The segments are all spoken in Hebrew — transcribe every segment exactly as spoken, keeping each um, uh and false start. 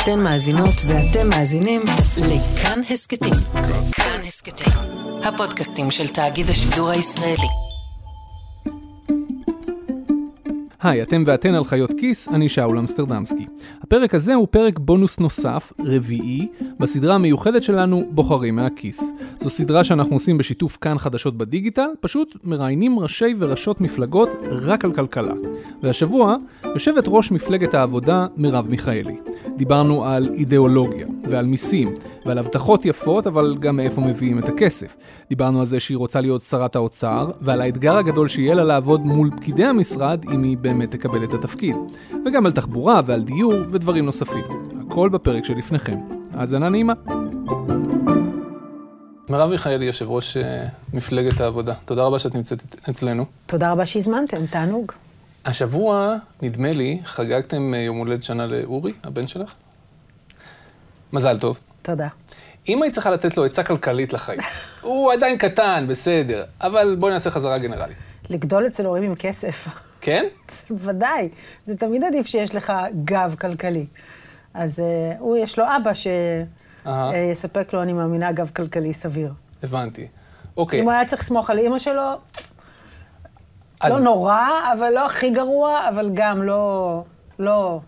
אתן מאזינות ואתם מאזינים לכאן הסקטים. כאן הסקטים, הפודקאסטים של תאגיד השידור הישראלי. היי, אתם ואתן על חיות כיס, אני שאול אמסטרדמסקי. הפרק הזה הוא פרק בונוס נוסף, רביעי, בסדרה המיוחדת שלנו, בוחרים מהכיס. זו סדרה שאנחנו עושים בשיתוף כאן חדשות בדיגיטל, פשוט מראיינים ראשי וראשות מפלגות רק על כלכלה. והשבוע יושבת ראש מפלגת העבודה מרב מיכאלי. דיברנו על אידיאולוגיה ועל מיסים ועל הבטחות יפות, אבל גם מאיפה מביאים את הכסף. דיברנו על זה שהיא רוצה להיות שרת האוצר, ועל האתגר הגדול שיהיה לה לעבוד מול פקידי המשרד אם היא באמת תקבל את התפקיד. וגם על תחבורה ועל דיור ודברים נוספים. הכל בפרק שלפניכם. האזנה נעימה. מרב מיכאלי, יושב ראש מפלגת העבודה. תודה רבה שאת נמצאת אצלנו. תודה רבה שהזמנתם, תענוג. השבוע, נדמה לי, חגגתם יום הולדת שנה לאורי, הבן שלך. מזל טוב. תודה. אם היית צריכה לתת לו עצה כלכלית לחיים, הוא עדיין קטן, בסדר, אבל בואי נעשה חזרה גנרלית. לגדול אצל הורים עם כסף. כן? ודאי. זה תמיד עדיף שיש לך גב כלכלי. אז uh, הוא יש לו אבא שיספק uh, לו, אני מאמינה, גב כלכלי סביר. הבנתי. אוקיי. אם הוא היה צריך לסמוך על אמא שלו, אז... לא נורא, אבל לא הכי גרוע, אבל גם לא... לא...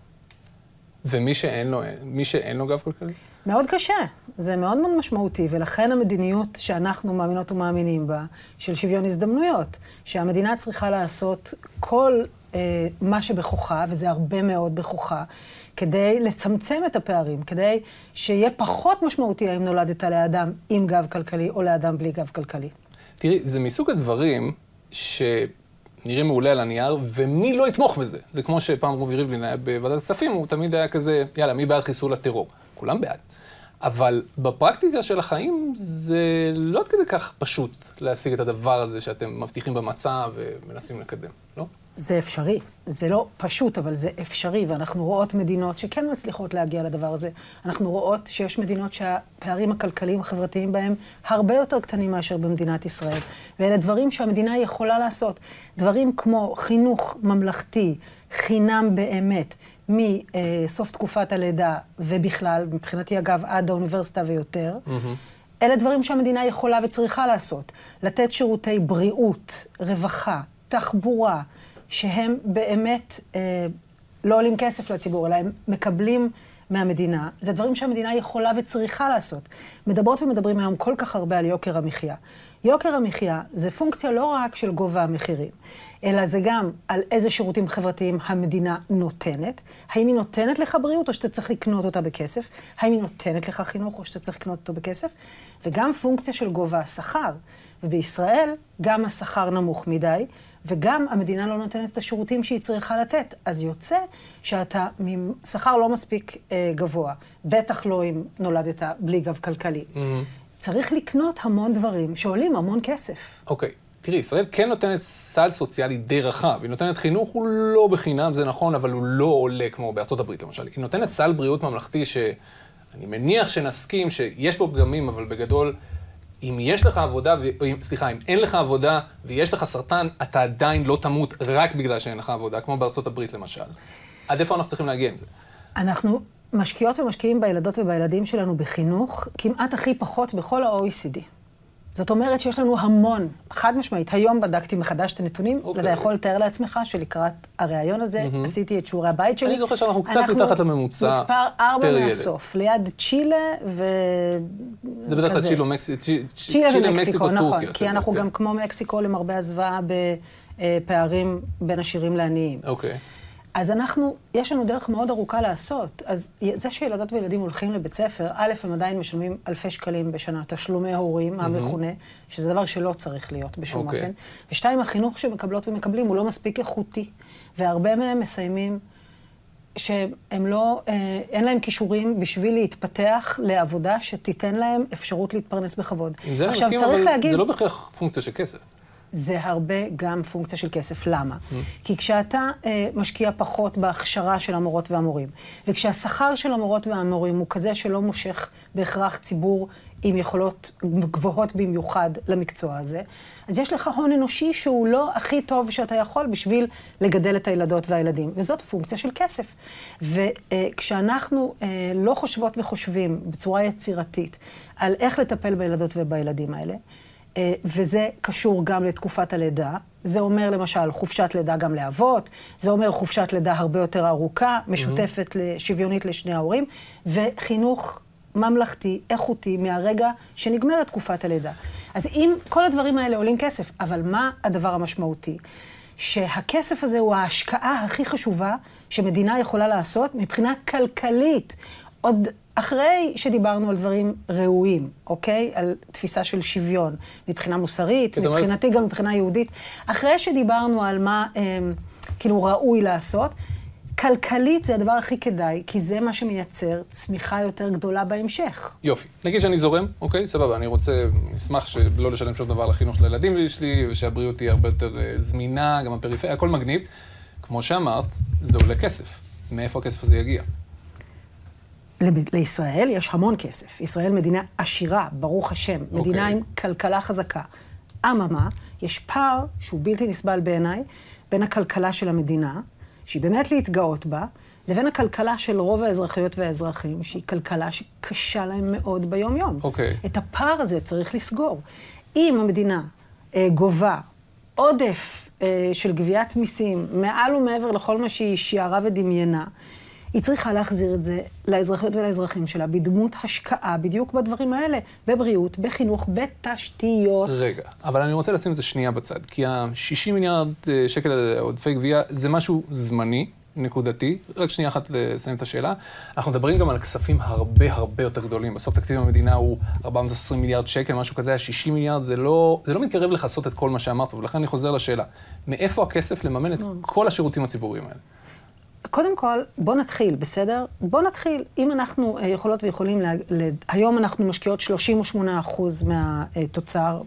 ומי שאין לו, מי שאין לו גב כלכלי? מאוד קשה. זה מאוד מאוד משמעותי, ולכן המדיניות שאנחנו מאמינות ומאמינים בה, של שוויון הזדמנויות, שהמדינה צריכה לעשות כל אה, מה שבכוחה, וזה הרבה מאוד בכוחה, כדי לצמצם את הפערים, כדי שיהיה פחות משמעותי האם נולדת לאדם עם גב כלכלי או לאדם בלי גב כלכלי. תראי, זה מסוג הדברים שנראים מעולה על הנייר, ומי לא יתמוך בזה. זה כמו שפעם רובי ריבלין היה בוועדת הכספים, הוא תמיד היה כזה, יאללה, מי בעד חיסול הטרור? כולם בעד. אבל בפרקטיקה של החיים זה לא עד כדי כך פשוט להשיג את הדבר הזה שאתם מבטיחים במצע ומנסים לקדם, לא? זה אפשרי. זה לא פשוט, אבל זה אפשרי, ואנחנו רואות מדינות שכן מצליחות להגיע לדבר הזה. אנחנו רואות שיש מדינות שהפערים הכלכליים החברתיים בהם הרבה יותר קטנים מאשר במדינת ישראל. ואלה דברים שהמדינה יכולה לעשות. דברים כמו חינוך ממלכתי, חינם באמת, מסוף תקופת הלידה ובכלל, מבחינתי אגב, עד האוניברסיטה ויותר, mm-hmm. אלה דברים שהמדינה יכולה וצריכה לעשות. לתת שירותי בריאות, רווחה, תחבורה, שהם באמת אה, לא עולים כסף לציבור, אלא הם מקבלים מהמדינה. זה דברים שהמדינה יכולה וצריכה לעשות. מדברות ומדברים היום כל כך הרבה על יוקר המחיה. יוקר המחיה זה פונקציה לא רק של גובה המחירים, אלא זה גם על איזה שירותים חברתיים המדינה נותנת. האם היא נותנת לך בריאות או שאתה צריך לקנות אותה בכסף? האם היא נותנת לך חינוך או שאתה צריך לקנות אותו בכסף? וגם פונקציה של גובה השכר. ובישראל גם השכר נמוך מדי, וגם המדינה לא נותנת את השירותים שהיא צריכה לתת. אז יוצא שאתה משכר לא מספיק אה, גבוה, בטח לא אם נולדת בלי גב כלכלי. Mm-hmm. צריך לקנות המון דברים שעולים המון כסף. אוקיי. Okay. תראי, ישראל כן נותנת סל סוציאלי די רחב. היא נותנת חינוך, הוא לא בחינם, זה נכון, אבל הוא לא עולה כמו בארצות הברית, למשל. היא נותנת סל בריאות ממלכתי שאני מניח שנסכים שיש בו פגמים, אבל בגדול, אם יש לך עבודה, ו... סליחה, אם אין לך עבודה ויש לך סרטן, אתה עדיין לא תמות רק בגלל שאין לך עבודה, כמו בארצות הברית, למשל. עד איפה אנחנו צריכים להגיע עם זה? אנחנו משקיעות ומשקיעים בילדות ובילדים שלנו בחינוך, כמעט הכי פחות בכל ה-או אי סי די. זאת אומרת שיש לנו המון, חד משמעית. היום בדקתי מחדש את הנתונים, okay. ואתה יכול לתאר לעצמך שלקראת הרעיון הזה, mm-hmm. עשיתי את שיעורי הבית שלי. אני זוכר שאנחנו קצת מתחת לממוצע פר ילד. מספר ארבע מהסוף, ליד צ'ילה ו... זה בדרך כלל צ'ילה, מקסיקו, צ'ילה ומקסיקו, נכון. כי אנחנו גם כמו מקסיקו למרבה הזוועה בפערים בין עשירים לעניים. אוקיי. אז אנחנו, יש לנו דרך מאוד ארוכה לעשות. אז זה שילדות וילדים הולכים לבית ספר, א', הם עדיין משלמים אלפי שקלים בשנה, תשלומי הורים, המכונה, שזה דבר שלא צריך להיות בשום אופן. ושתיים, החינוך שמקבלות ומקבלים הוא לא מספיק איכותי. והרבה מהם מסיימים שהם לא, אין להם כישורים בשביל להתפתח לעבודה שתיתן להם אפשרות להתפרנס בכבוד. אם זה מסכים, אבל להגיד, זה לא בהכרח פונקציה של כסף. זה הרבה גם פונקציה של כסף. למה? Mm. כי כשאתה אה, משקיע פחות בהכשרה של המורות והמורים, וכשהשכר של המורות והמורים הוא כזה שלא מושך בהכרח ציבור עם יכולות גבוהות במיוחד למקצוע הזה, אז יש לך הון אנושי שהוא לא הכי טוב שאתה יכול בשביל לגדל את הילדות והילדים, וזאת פונקציה של כסף. וכשאנחנו לא חושבות וחושבים בצורה יצירתית על איך לטפל בילדות ובילדים האלה, וזה קשור גם לתקופת הלידה, זה אומר למשל חופשת לידה גם לאבות, זה אומר חופשת לידה הרבה יותר ארוכה, משותפת, שוויונית לשני ההורים, וחינוך ממלכתי, איכותי, מהרגע שנגמרת תקופת הלידה. אז אם כל הדברים האלה עולים כסף, אבל מה הדבר המשמעותי? שהכסף הזה הוא ההשקעה הכי חשובה שמדינה יכולה לעשות מבחינה כלכלית, עוד אחרי שדיברנו על דברים ראויים, אוקיי? על תפיסה של שוויון, מבחינה מוסרית, מבחינתי גם מבחינה יהודית. אחרי שדיברנו על מה אה, כאילו ראוי לעשות, כלכלית זה הדבר הכי כדאי, כי זה מה שמייצר צמיחה יותר גדולה בהמשך. יופי. נגיד שאני זורם, אוקיי? סבבה, אני רוצה, נשמח שלא לשלם שום דבר לחינוך של הילדים שלי, ושהבריאות תהיה הרבה יותר זמינה, גם הפריפריה, הכל מגניב. כמו שאמרת, זה עולה כסף. מאיפה הכסף הזה יגיע? לישראל יש המון כסף. ישראל מדינה עשירה, ברוך השם. Okay. מדינה עם כלכלה חזקה. אממה, יש פער שהוא בלתי נסבל בעיניי, בין הכלכלה של המדינה, שהיא באמת להתגאות בה, לבין הכלכלה של רוב האזרחיות והאזרחים, שהיא כלכלה שקשה להם מאוד ביום-יום. Okay. את הפער הזה צריך לסגור. אם המדינה אה, גובה עודף אה, של גביית מיסים, מעל ומעבר לכל מה שהיא שיערה ודמיינה, היא צריכה להחזיר את זה לאזרחיות ולאזרחים שלה, בדמות השקעה, בדיוק בדברים האלה, בבריאות, בחינוך, בתשתיות. רגע, אבל אני רוצה לשים את זה שנייה בצד, כי ה-שישים מיליארד שקל עודפי גבייה זה משהו זמני, נקודתי. רק שנייה אחת לסיים את השאלה. אנחנו מדברים גם על כספים הרבה הרבה יותר גדולים. בסוף תקציב המדינה הוא ארבע מאות ועשרים מיליארד שקל, משהו כזה, ה-שישים מיליארד, זה לא, זה לא מתקרב לחסות את כל מה שאמרת, ולכן אני חוזר לשאלה. מאיפה הכסף לממן את כל השירותים הציבוריים האלה? קודם כל, בוא נתחיל, בסדר? בוא נתחיל. אם אנחנו יכולות ויכולים, לה... היום אנחנו משקיעות שלושים ושמונה אחוז מהתוצר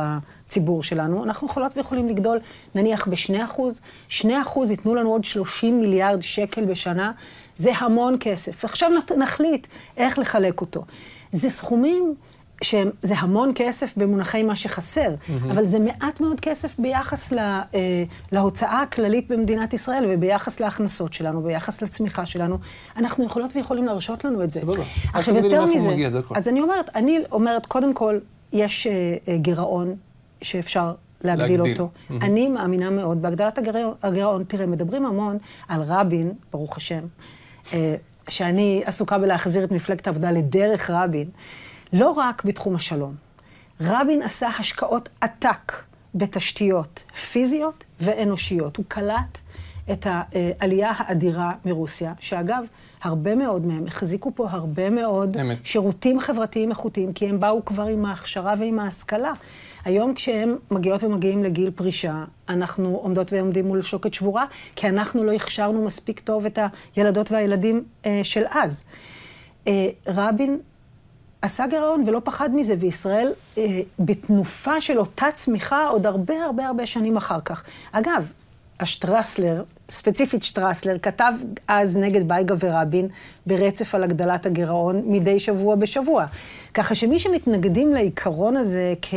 בציבור שלנו, אנחנו יכולות ויכולים לגדול נניח ב-שני אחוז, שני אחוז ייתנו לנו עוד שלושים מיליארד שקל בשנה, זה המון כסף. עכשיו נחליט איך לחלק אותו. זה סכומים שזה המון כסף במונחי מה שחסר, mm-hmm. אבל זה מעט מאוד כסף ביחס לה, אה, להוצאה הכללית במדינת ישראל, וביחס להכנסות שלנו, ביחס לצמיחה שלנו. אנחנו יכולות ויכולים להרשות לנו את זה. סבבה. עכשיו, יותר מזה, מגיע, אז אני אומרת, אני אומרת, קודם כל, יש אה, אה, גירעון שאפשר להגדיל, להגדיל. אותו. Mm-hmm. אני מאמינה מאוד בהגדלת הגירעון. הגירעון. תראה, מדברים המון על רבין, ברוך השם, אה, שאני עסוקה בלהחזיר את מפלגת העבודה לדרך רבין, לא רק בתחום השלום. רבין עשה השקעות עתק בתשתיות פיזיות ואנושיות. הוא קלט את העלייה האדירה מרוסיה, שאגב, הרבה מאוד מהם החזיקו פה הרבה מאוד אמת. שירותים חברתיים איכותיים, כי הם באו כבר עם ההכשרה ועם ההשכלה. היום כשהם מגיעות ומגיעים לגיל פרישה, אנחנו עומדות ועומדים מול שוקת שבורה, כי אנחנו לא הכשרנו מספיק טוב את הילדות והילדים אה, של אז. אה, רבין עשה גירעון ולא פחד מזה, וישראל אה, בתנופה של אותה צמיחה עוד הרבה הרבה הרבה שנים אחר כך. אגב, השטרסלר, ספציפית שטרסלר, כתב אז נגד בייגה ורבין ברצף על הגדלת הגירעון מדי שבוע בשבוע. ככה שמי שמתנגדים לעיקרון הזה כ,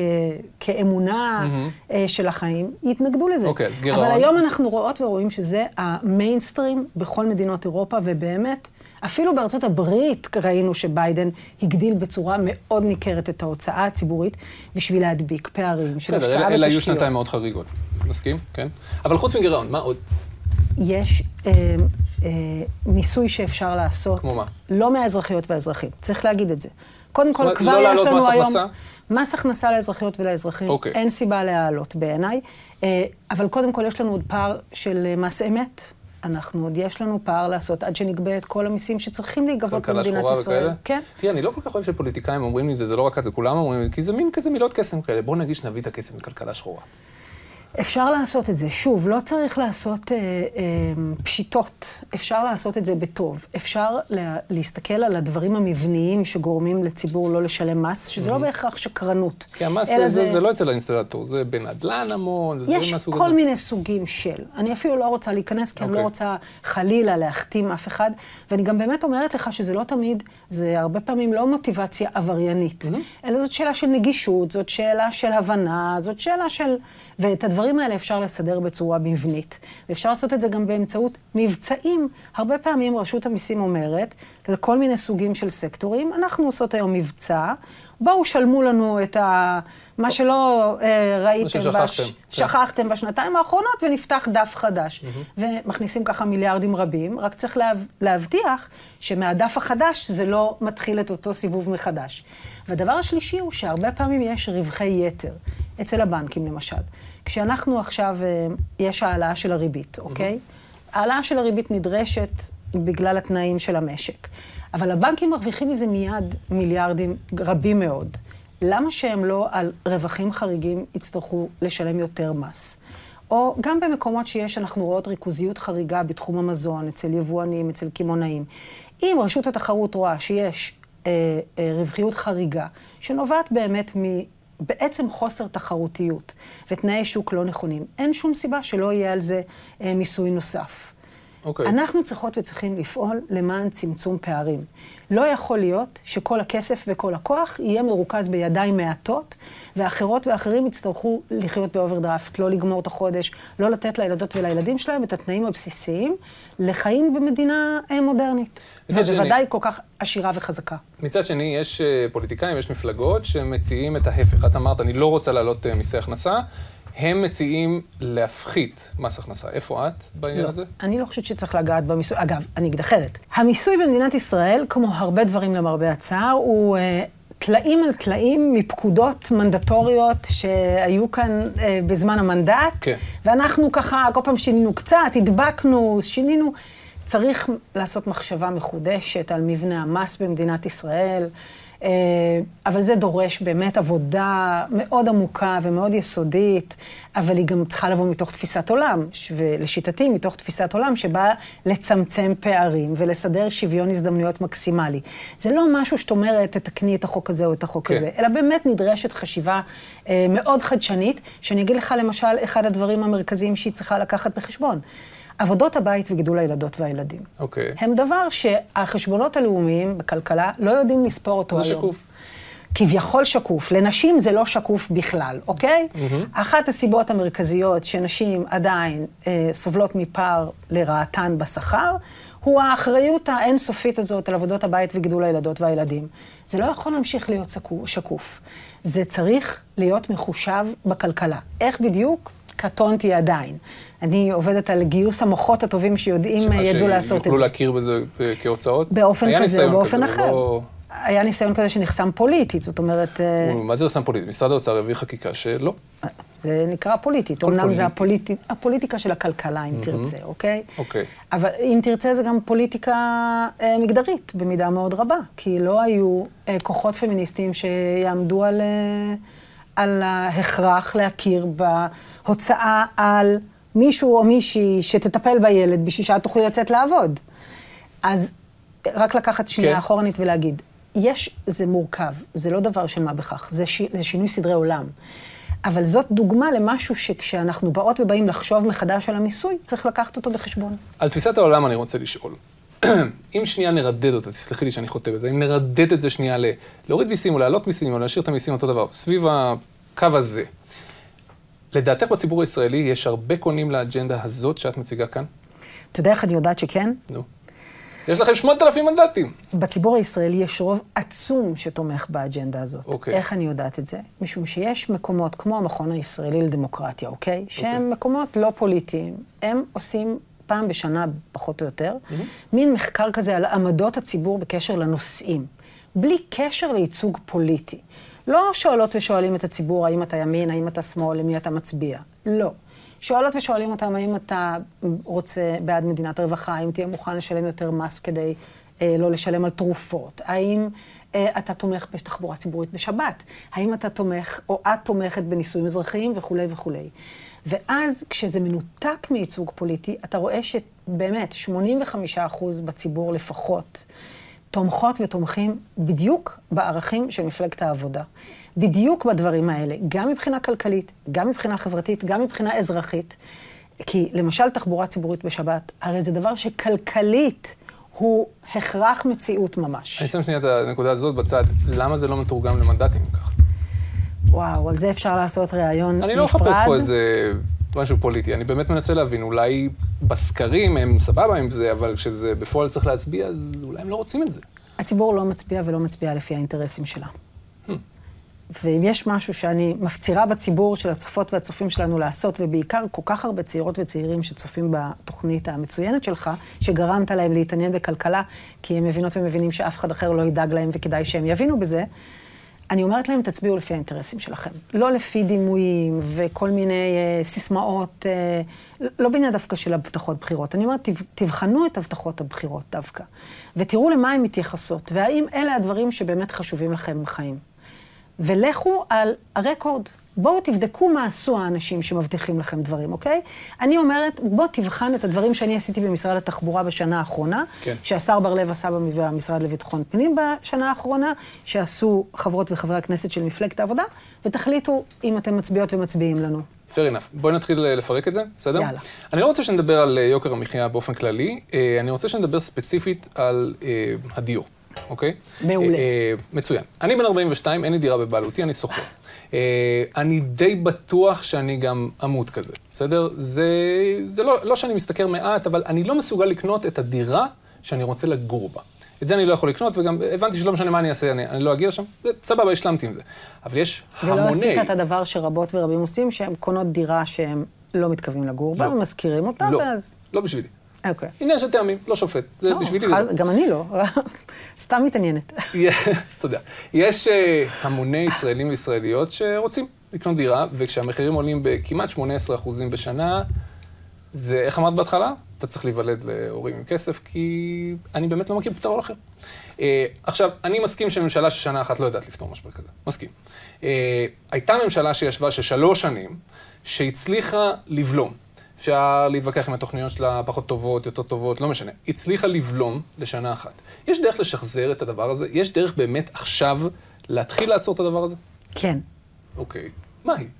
כאמונה mm-hmm. אה, של החיים, יתנגדו לזה. אוקיי, אז גירעון. אבל היום אנחנו רואות ורואים שזה המיינסטרים בכל מדינות אירופה, ובאמת, אפילו בארצות הברית ראינו שביידן הגדיל בצורה מאוד ניכרת את ההוצאה הציבורית בשביל להדביק פערים של השקעה בתשתיות. אלה היו שנתיים מאוד חריגות. מסכים? כן. אבל חוץ מגירעון, מה עוד? יש אה, אה, ניסוי שאפשר לעשות. כמו מה? לא מהאזרחיות והאזרחים. צריך להגיד את זה. קודם כל, כבר לא יש לנו מס היום... הכנסה? מס הכנסה לאזרחיות ולאזרחים. אוקיי. אין סיבה להעלות בעיניי. אה, אבל קודם כל יש לנו עוד פער של מס אמת. אנחנו עוד יש לנו פער לעשות עד שנגבה את כל המיסים שצריכים להיגבות במדינת ישראל. כן. תראה, אני לא כל כך אוהב שפוליטיקאים אומרים לי זה, זה לא רק את זה, כולם אומרים לי, כי זה מין כזה מילות קסם כאלה. בואו נגיד שנביא את הכסף מכלכלה שחורה. אפשר לעשות את זה. שוב, לא צריך לעשות אה, אה, פשיטות. אפשר לעשות את זה בטוב. אפשר לה, להסתכל על הדברים המבניים שגורמים לציבור לא לשלם מס, שזה לא בהכרח שקרנות. כי המס זה, זה, זה לא אצל האינסטלטור, זה בנדלן המון, זה יש כל כזה. מיני סוגים של. אני אפילו לא רוצה להיכנס, כי okay. אני לא רוצה חלילה להחתים אף אחד, ואני גם באמת אומרת לך שזה לא תמיד, זה הרבה פעמים לא מוטיבציה עבריינית, mm-hmm. אלא זאת שאלה של נגישות, זאת שאלה של הבנה, זאת שאלה של... ואת הדברים האלה אפשר לסדר בצורה מבנית. ואפשר לעשות את זה גם באמצעות מבצעים. הרבה פעמים רשות המיסים אומרת, לכל מיני סוגים של סקטורים, אנחנו עושות היום מבצע, בואו שלמו לנו את ה... מה שלא אה, ראיתם, בש... שכחתם בשנתיים האחרונות, ונפתח דף חדש. Mm-hmm. ומכניסים ככה מיליארדים רבים, רק צריך לה... להבטיח שמהדף החדש זה לא מתחיל את אותו סיבוב מחדש. והדבר השלישי הוא שהרבה פעמים יש רווחי יתר, אצל הבנקים למשל. כשאנחנו עכשיו, יש העלאה של הריבית, אוקיי? Mm-hmm. העלאה של הריבית נדרשת בגלל התנאים של המשק. אבל הבנקים מרוויחים מזה מיד מיליארדים רבים מאוד. למה שהם לא על רווחים חריגים יצטרכו לשלם יותר מס? או גם במקומות שיש, אנחנו רואות ריכוזיות חריגה בתחום המזון, אצל יבואנים, אצל קמעונאים. אם רשות התחרות רואה שיש אה, אה, רווחיות חריגה, שנובעת באמת מ... בעצם חוסר תחרותיות ותנאי שוק לא נכונים. אין שום סיבה שלא יהיה על זה אה, מיסוי נוסף. Okay. אנחנו צריכות וצריכים לפעול למען צמצום פערים. לא יכול להיות שכל הכסף וכל הכוח יהיה מרוכז בידיים מעטות, ואחרות ואחרים יצטרכו לחיות באוברדרפט, לא לגמור את החודש, לא לתת לילדות ולילדים שלהם את התנאים הבסיסיים לחיים במדינה מודרנית. ובוודאי שני, כל כך עשירה וחזקה. מצד שני, יש פוליטיקאים, יש מפלגות שמציעים את ההפך. את אמרת, אני לא רוצה להעלות מיסי הכנסה, הם מציעים להפחית מס הכנסה. איפה את בעניין לא, הזה? אני לא חושבת שצריך לגעת במיסוי. אגב, אני אגיד אחרת. המיסוי במדינת ישראל, כמו הרבה דברים למרבה הצער, הוא אה, תלאים על תלאים מפקודות מנדטוריות שהיו כאן אה, בזמן המנדט. כן. ואנחנו ככה, כל פעם שינינו קצת, הדבקנו, שינינו. צריך לעשות מחשבה מחודשת על מבנה המס במדינת ישראל. אבל זה דורש באמת עבודה מאוד עמוקה ומאוד יסודית, אבל היא גם צריכה לבוא מתוך תפיסת עולם, ולשיטתי מתוך תפיסת עולם שבאה לצמצם פערים ולסדר שוויון הזדמנויות מקסימלי. זה לא משהו שאת אומרת, תתקני את החוק הזה או את החוק okay. הזה, אלא באמת נדרשת חשיבה אה, מאוד חדשנית, שאני אגיד לך למשל אחד הדברים המרכזיים שהיא צריכה לקחת בחשבון. עבודות הבית וגידול הילדות והילדים. אוקיי. Okay. הם דבר שהחשבונות הלאומיים בכלכלה לא יודעים לספור אותו היום. זה שקוף. כביכול שקוף. לנשים זה לא שקוף בכלל, אוקיי? Mm-hmm. אחת הסיבות המרכזיות שנשים עדיין אה, סובלות מפער לרעתן בשכר, הוא האחריות האינסופית הזאת על עבודות הבית וגידול הילדות והילדים. זה לא יכול להמשיך להיות שקוף. זה צריך להיות מחושב בכלכלה. איך בדיוק? קטונתי עדיין. אני עובדת על גיוס המוחות הטובים שיודעים, ידעו לעשות את זה. שיוכלו להכיר בזה כהוצאות? באופן כזה או באופן אחר. היה ניסיון כזה שנחסם פוליטית, זאת אומרת... מה זה נחסם פוליטית? משרד האוצר הביא חקיקה שלא. זה נקרא פוליטית. אמנם זה הפוליטיקה של הכלכלה, אם תרצה, אוקיי? אוקיי. אבל אם תרצה זה גם פוליטיקה מגדרית, במידה מאוד רבה, כי לא היו כוחות פמיניסטיים שיעמדו על ההכרח להכיר בהוצאה על מישהו או מישהי שתטפל בילד בשביל שאת תוכלי לצאת לעבוד. אז רק לקחת שנייה אחורנית ולהגיד, יש, זה מורכב, זה לא דבר של מה בכך, זה, ש, זה שינוי סדרי עולם. אבל זאת דוגמה למשהו שכשאנחנו באות ובאים לחשוב מחדש על המיסוי, צריך לקחת אותו בחשבון. על תפיסת העולם אני רוצה לשאול. אם שנייה נרדד אותה, תסלחי לי שאני חוטא בזה, אם נרדד את זה שנייה ל... להוריד מיסים או להעלות מיסים או להשאיר את המיסים אותו דבר, סביב הקו הזה. לדעתך בציבור הישראלי יש הרבה קונים לאג'נדה הזאת שאת מציגה כאן? אתה יודע איך אני יודעת שכן? נו. יש לכם שמונת אלפים מנדטים. בציבור הישראלי יש רוב עצום שתומך באג'נדה הזאת. אוקיי. איך אני יודעת את זה? משום שיש מקומות כמו המכון הישראלי לדמוקרטיה, אוקיי? שהם אוקיי. מקומות לא פוליטיים. הם עושים פעם בשנה, פחות או יותר, mm-hmm. מין מחקר כזה על עמדות הציבור בקשר לנושאים. בלי קשר לייצוג פוליטי. לא שואלות ושואלים את הציבור, האם אתה ימין, האם אתה שמאל, למי אתה מצביע. לא. שואלות ושואלים אותם, האם אתה רוצה בעד מדינת הרווחה, האם תהיה מוכן לשלם יותר מס כדי אה, לא לשלם על תרופות, האם אה, אתה תומך בתחבורה ציבורית בשבת, האם אתה תומך או את תומכת בנישואים אזרחיים וכו' וכו'. ואז כשזה מנותק מייצוג פוליטי, אתה רואה שבאמת שמונים וחמישה אחוז בציבור לפחות תומכות ותומכים בדיוק בערכים של מפלגת העבודה. בדיוק בדברים האלה, גם מבחינה כלכלית, גם מבחינה חברתית, גם מבחינה אזרחית. כי למשל תחבורה ציבורית בשבת, הרי זה דבר שכלכלית הוא הכרח מציאות ממש. אני שם שנייה את הנקודה הזאת בצד, למה זה לא מתורגם למנדטים כך? וואו, על זה אפשר לעשות ראיון נפרד. אני לא מחפש פה איזה משהו פוליטי, אני באמת מנסה להבין, אולי בסקרים הם סבבה עם זה, אבל כשזה בפועל צריך להצביע, אז אולי הם לא רוצים את זה. הציבור לא מצביע ולא מצביע לפי האינטרסים שלה. ואם יש משהו שאני מפצירה בציבור של הצופות והצופים שלנו לעשות, ובעיקר כל כך הרבה צעירות וצעירים שצופים בתוכנית המצוינת שלך, שגרמת להם להתעניין בכלכלה, כי הם מבינות ומבינים שאף אחד אחר לא ידאג להם וכדאי שהם יבינו בזה, אני אומרת להם, תצביעו לפי האינטרסים שלכם. לא לפי דימויים וכל מיני uh, סיסמאות, uh, לא בעניין דווקא של הבטחות בחירות. אני אומרת, תבחנו את הבטחות הבחירות דווקא, ותראו למה הן מתייחסות, והאם אלה הדברים שבאמת חשובים לכם בחיים. ולכו על הרקורד. בואו תבדקו מה עשו האנשים שמבטיחים לכם דברים, אוקיי? אני אומרת, בוא תבחן את הדברים שאני עשיתי במשרד התחבורה בשנה האחרונה, כן. שהשר בר לב עשה במשרד לביטחון פנים בשנה האחרונה, שעשו חברות וחברי הכנסת של מפלגת העבודה, ותחליטו אם אתם מצביעות ומצביעים לנו. fair enough. בואי נתחיל לפרק את זה, בסדר? יאללה. אני לא רוצה שנדבר על יוקר המחיה באופן כללי, אני רוצה שנדבר ספציפית על הדיור. אוקיי? מעולה. מצוין. אני בן ארבעים ושתיים, אין לי דירה בבעלותי, אני שוכר. אני די בטוח שאני גם עמוד כזה, בסדר? זה, זה לא, לא שאני מסתכר מעט, אבל אני לא מסוגל לקנות את הדירה שאני רוצה לגור בה. את זה אני לא יכול לקנות, וגם הבנתי שלא משנה מה אני אעשה, אני, אני לא אגיע לשם, סבבה, השלמתי עם זה. אבל יש המוני... ולא עשית את הדבר שרבות ורבים עושים, שהם קונות דירה שהם לא מתכוונים לגור בה, ומזכירים אותה, לא, ואז... לא בשבילי. אוקיי. עניין של טעמים, לא שופט. זה בשבילי. גם אני לא, סתם מתעניינת. תודה. יש המוני ישראלים וישראליות שרוצים לקנות דירה, וכשהמחירים עולים בכמעט שמונה עשרה אחוזים בשנה, זה, איך אמרת בהתחלה? אתה צריך להיוולד להורים עם כסף, כי אני באמת לא מכיר פתרון אחר. עכשיו, אני מסכים שממשלה ששנה אחת לא יודעת לפתור משבר כזה. מסכים. הייתה ממשלה שישבה ששלוש שנים, שהצליחה לבלום. אפשר להתווכח עם התוכניות שלה פחות טובות, יותר טובות, לא משנה. הצליחה לבלום לשנה אחת. יש דרך לשחזר את הדבר הזה? יש דרך באמת עכשיו להתחיל לעצור את הדבר הזה? כן. אוקיי. מה היא?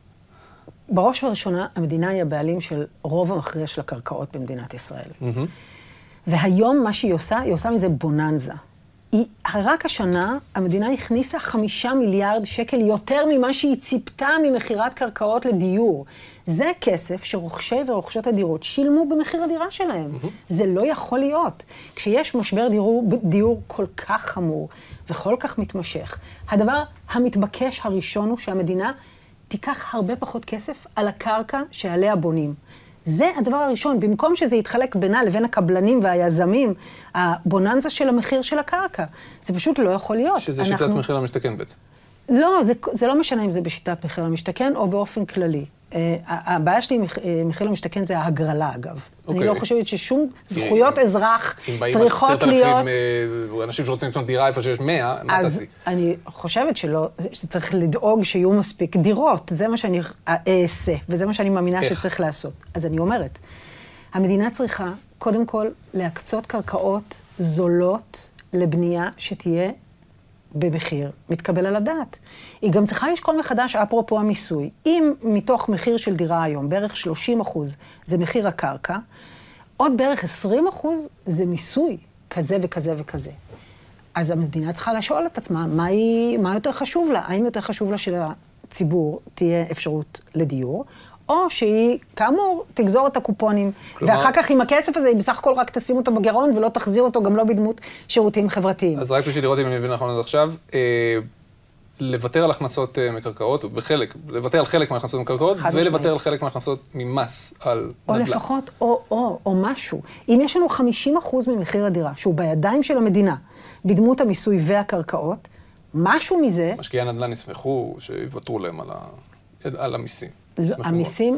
בראש ובראשונה, המדינה היא הבעלים של רוב המכריע של הקרקעות במדינת ישראל. Mm-hmm. והיום מה שהיא עושה, היא עושה מזה בוננזה. היא, רק השנה, המדינה הכניסה חמישה מיליארד שקל יותר ממה שהיא ציפתה ממחירת קרקעות לדיור. זה כסף שרוכשי ורוכשות הדירות שילמו במחיר הדירה שלהם. Mm-hmm. זה לא יכול להיות. כשיש משבר דיור, דיור כל כך חמור וכל כך מתמשך, הדבר המתבקש הראשון הוא שהמדינה תיקח הרבה פחות כסף על הקרקע שעליה בונים. זה הדבר הראשון, במקום שזה יתחלק בינה לבין הקבלנים והיזמים, הבוננזה של המחיר של הקרקע. זה פשוט לא יכול להיות. שזה אנחנו... שיטת מחיר למשתכן בעצם. לא, זה, זה לא משנה אם זה בשיטת מחיר למשתכן או באופן כללי. Uh, הבעיה שלי עם מחיר למשתכן זה ההגרלה, אגב. Okay. אני לא חושבת ששום זכויות אזרח צריכות להיות... אם באים עשרת אלפים אנשים שרוצים לקנות דירה איפה שיש מאה, מה תעשי? אז אני חושבת שלא, שצריך לדאוג שיהיו מספיק דירות. זה מה שאני אעשה, וזה מה שאני מאמינה איך? שצריך לעשות. אז אני אומרת, המדינה צריכה, קודם כל, להקצות קרקעות זולות לבנייה שתהיה במחיר מתקבל על הדעת. היא גם צריכה לשקול מחדש, אפרופו המיסוי. אם מתוך מחיר של דירה היום, בערך שלושים אחוז זה מחיר הקרקע, עוד בערך עשרים אחוז זה מיסוי כזה וכזה וכזה. אז המדינה צריכה לשאול את עצמה, מה, היא, מה יותר חשוב לה? האם יותר חשוב לה שלציבור תהיה אפשרות לדיור, או שהיא, כאמור, תגזור את הקופונים, כלומר, ואחר כך עם הכסף הזה, היא בסך הכל רק תשים אותו בגירעון, ולא תחזיר אותו גם לא בדמות שירותים חברתיים. אז רק בשביל לראות אם אני מבין נכון עד עכשיו, אה, לוותר על הכנסות אה, מקרקעות, או בחלק, לוותר על חלק מהכנסות מקרקעות, ולוותר על חלק מהכנסות ממס על או נדל"ן. או לפחות, או, או, או משהו. אם יש לנו חמישים אחוז ממחיר הדירה, שהוא בידיים של המדינה, בדמות המיסוי והקרקעות, משהו מזה... משקיעי הנדל"ן ישמחו שיוותרו להם על, ה... על המיסים. לא, המיסים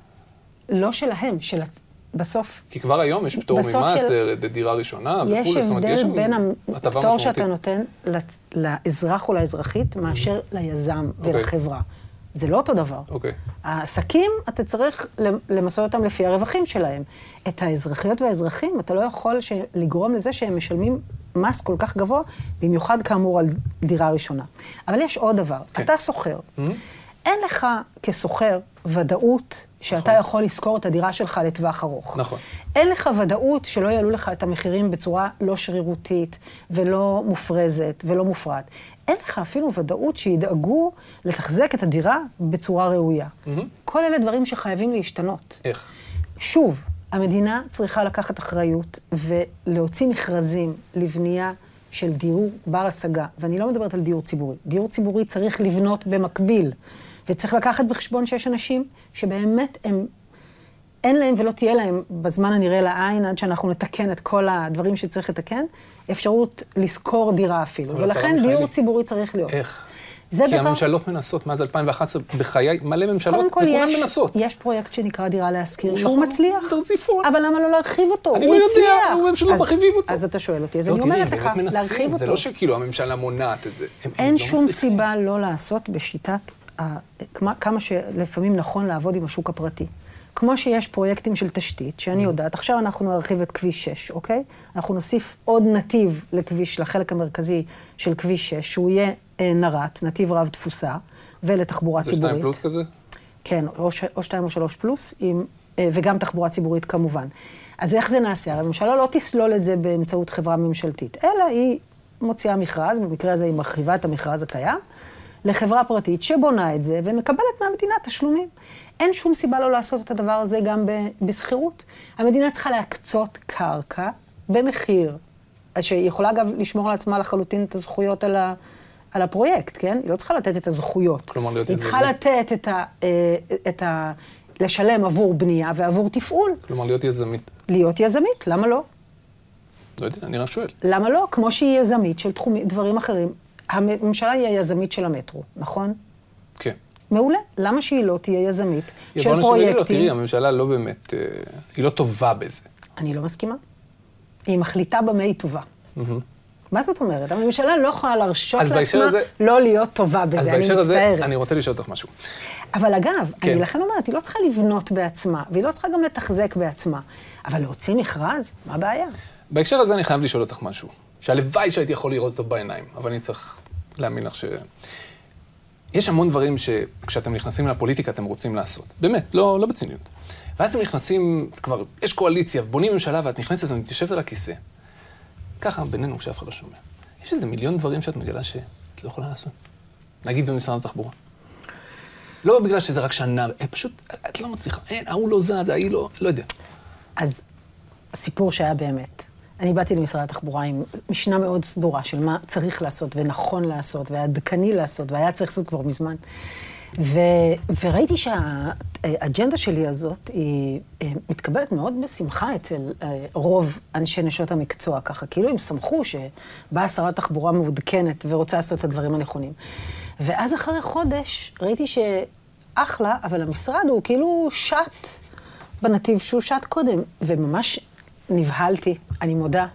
לא שלהם, של בסוף... כי כבר היום יש פטור ממס לדירה ראשונה וכו', יש הבדל בין הפטור שאתה נותן לאזרח או לאזרחית מאשר ליזם ולחברה. זה לא אותו דבר. אוקיי. העסקים, אתה צריך למסות אותם לפי הרווחים שלהם. את האזרחיות והאזרחים, אתה לא יכול לגרום לזה שהם משלמים מס כל כך גבוה, במיוחד כאמור על דירה ראשונה. אבל יש עוד דבר, כן. אתה סוחר. Mm-hmm. אין לך כסוחר ודאות שאתה נכון. יכול לזכור את הדירה שלך לטווח ארוך. נכון. אין לך ודאות שלא יעלו לך את המחירים בצורה לא שרירותית ולא מופרזת ולא מופרעת. אין לך אפילו ודאות שידאגו לתחזק את הדירה בצורה ראויה. Mm-hmm. כל אלה דברים שחייבים להשתנות. איך? שוב, המדינה צריכה לקחת אחריות ולהוציא מכרזים לבנייה של דיור בר השגה. ואני לא מדברת על דיור ציבורי. דיור ציבורי צריך לבנות במקביל. וצריך לקחת בחשבון שיש אנשים שבאמת הם, אין להם ולא תהיה להם בזמן הנראה לעין, עד שאנחנו נתקן את כל הדברים שצריך לתקן, אפשרות לזכור דירה אפילו. ולכן דיור ציבורי צריך להיות. איך? כי דבר... הממשלות מנסות, מאז אלפיים ואחת עשרה, בחיי מלא ממשלות, וכולם יש, מנסות. יש פרויקט שנקרא דירה להשכיר, שהוא נכון, מצליח. תרציפון. אבל למה לא להרחיב אותו? אני הוא לא הצליח. יודע, הממשלות אז, מרחיבים אותו. אז אתה שואל אותי, אז לא, אני תראי, אומרת לך, להרחיב אותו. זה לא שכאילו הממשלה מונעת את זה. אין לא שום מצליחים. סיבה לא לעשות בשיטת, ה... כמה שלפעמים נכון לעבוד עם השוק הפרטי. כמו שיש פרויקטים של תשתית, שאני יודעת, עכשיו אנחנו נרחיב את כביש שש, אוקיי? אנחנו נוסיף עוד נתיב לכביש, לחלק המרכזי של כביש שש, שהוא יהיה נר"ת, נתיב רב תפוסה, ולתחבורה ציבורית. זה שתיים פלוס כזה? כן, או, ש... או שתיים או שלוש פלוס, עם... וגם תחבורה ציבורית כמובן. אז איך זה נעשה? הממשלה לא תסלול את זה באמצעות חברה ממשלתית, אלא היא מוציאה מכרז, במקרה הזה היא מרחיבה את המכרז הקיים, לחברה פרטית שבונה את זה ומקבלת מהמדינה תשלומים. אין שום סיבה לא לעשות את הדבר הזה גם בסחירות. המדינה צריכה להקצות קרקע במחיר, שהיא יכולה אגב לשמור על עצמה לחלוטין את הזכויות על, ה, על הפרויקט, כן? היא לא צריכה לתת את הזכויות. כלומר, להיות היא צריכה לתת את ה, את ה... לשלם עבור בנייה ועבור תפעול. כלומר, להיות יזמית. להיות יזמית, למה לא? לא יודע, אני רק שואל. למה לא? כמו שהיא יזמית של תחומים, דברים אחרים. הממשלה היא היזמית של המטרו, נכון? כן. מעולה. למה שהיא לא תהיה יזמית של פרויקטים? תראי, הממשלה לא באמת, היא לא טובה בזה. אני לא מסכימה. היא מחליטה במה היא טובה. מה זאת אומרת? הממשלה לא יכולה להרשות לעצמה לא להיות טובה בזה, אני מצטערת. אז בהקשר הזה, אני רוצה לשאול אותך משהו. אבל אגב, אני לכן אומרת, היא לא צריכה לבנות בעצמה, והיא לא צריכה גם לתחזק בעצמה. אבל להוציא מכרז, מה הבעיה? בהקשר הזה אני חייב לשאול אותך משהו, שהלוואי שהייתי יכול לראות אותו בעיניים, אבל אני צריך להאמין לך ש... יש המון דברים שכשאתם נכנסים לפוליטיקה אתם רוצים לעשות. באמת, לא, לא בציניות. ואז אתם נכנסים, כבר, יש קואליציה, בונים ממשלה ואת נכנסת ומתיישבת על הכיסא. ככה, בינינו, שאף אחד לא שומע. יש איזה מיליון דברים שאת מגלה שאת לא יכולה לעשות. נגיד במשרד התחבורה. לא בגלל שזה רק שנה, פשוט, את לא מצליחה. אין, ההוא לא זז, ההיא לא, לא יודע. אז הסיפור שהיה באמת. אני באתי למשרד התחבורה עם משנה מאוד סדורה של מה צריך לעשות ונכון לעשות ועדכני לעשות, והיה צריך לעשות כבר מזמן. ו, וראיתי שהאג'נדה שלי הזאת היא מתקבלת מאוד בשמחה אצל רוב אנשי נשות המקצוע, ככה, כאילו הם שמחו שבאה שרת תחבורה מעודכנת ורוצה לעשות את הדברים הנכונים. ואז אחרי חודש ראיתי שאחלה, אבל המשרד הוא כאילו שט בנתיב שהוא שט קודם, וממש נבהלתי, אני מודה.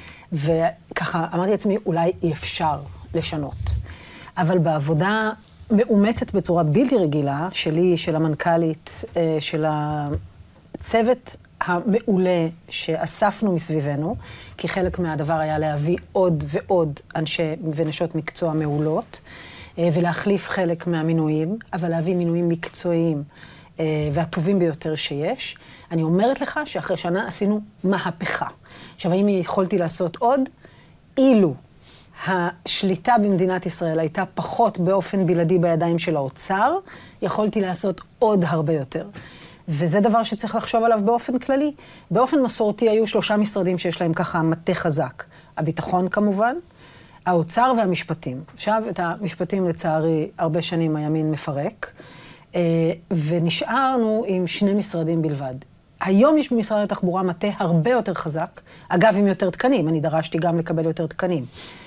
וככה אמרתי לעצמי, אולי אי אפשר לשנות. אבל בעבודה מאומצת בצורה בלתי רגילה, שלי, של המנכ"לית, של הצוות המעולה שאספנו מסביבנו, כי חלק מהדבר היה להביא עוד ועוד אנשי ונשות מקצוע מעולות, ולהחליף חלק מהמינויים, אבל להביא מינויים מקצועיים והטובים ביותר שיש. אני אומרת לך שאחרי שנה עשינו מהפכה. עכשיו, האם יכולתי לעשות עוד? אילו השליטה במדינת ישראל הייתה פחות באופן בלעדי בידיים של האוצר, יכולתי לעשות עוד הרבה יותר. וזה דבר שצריך לחשוב עליו באופן כללי. באופן מסורתי היו שלושה משרדים שיש להם ככה מטה חזק. הביטחון כמובן, האוצר והמשפטים. עכשיו, את המשפטים לצערי הרבה שנים הימין מפרק, ונשארנו עם שני משרדים בלבד. היום יש במשרד התחבורה מטה הרבה יותר חזק, אגב עם יותר תקנים, אני דרשתי גם לקבל יותר תקנים.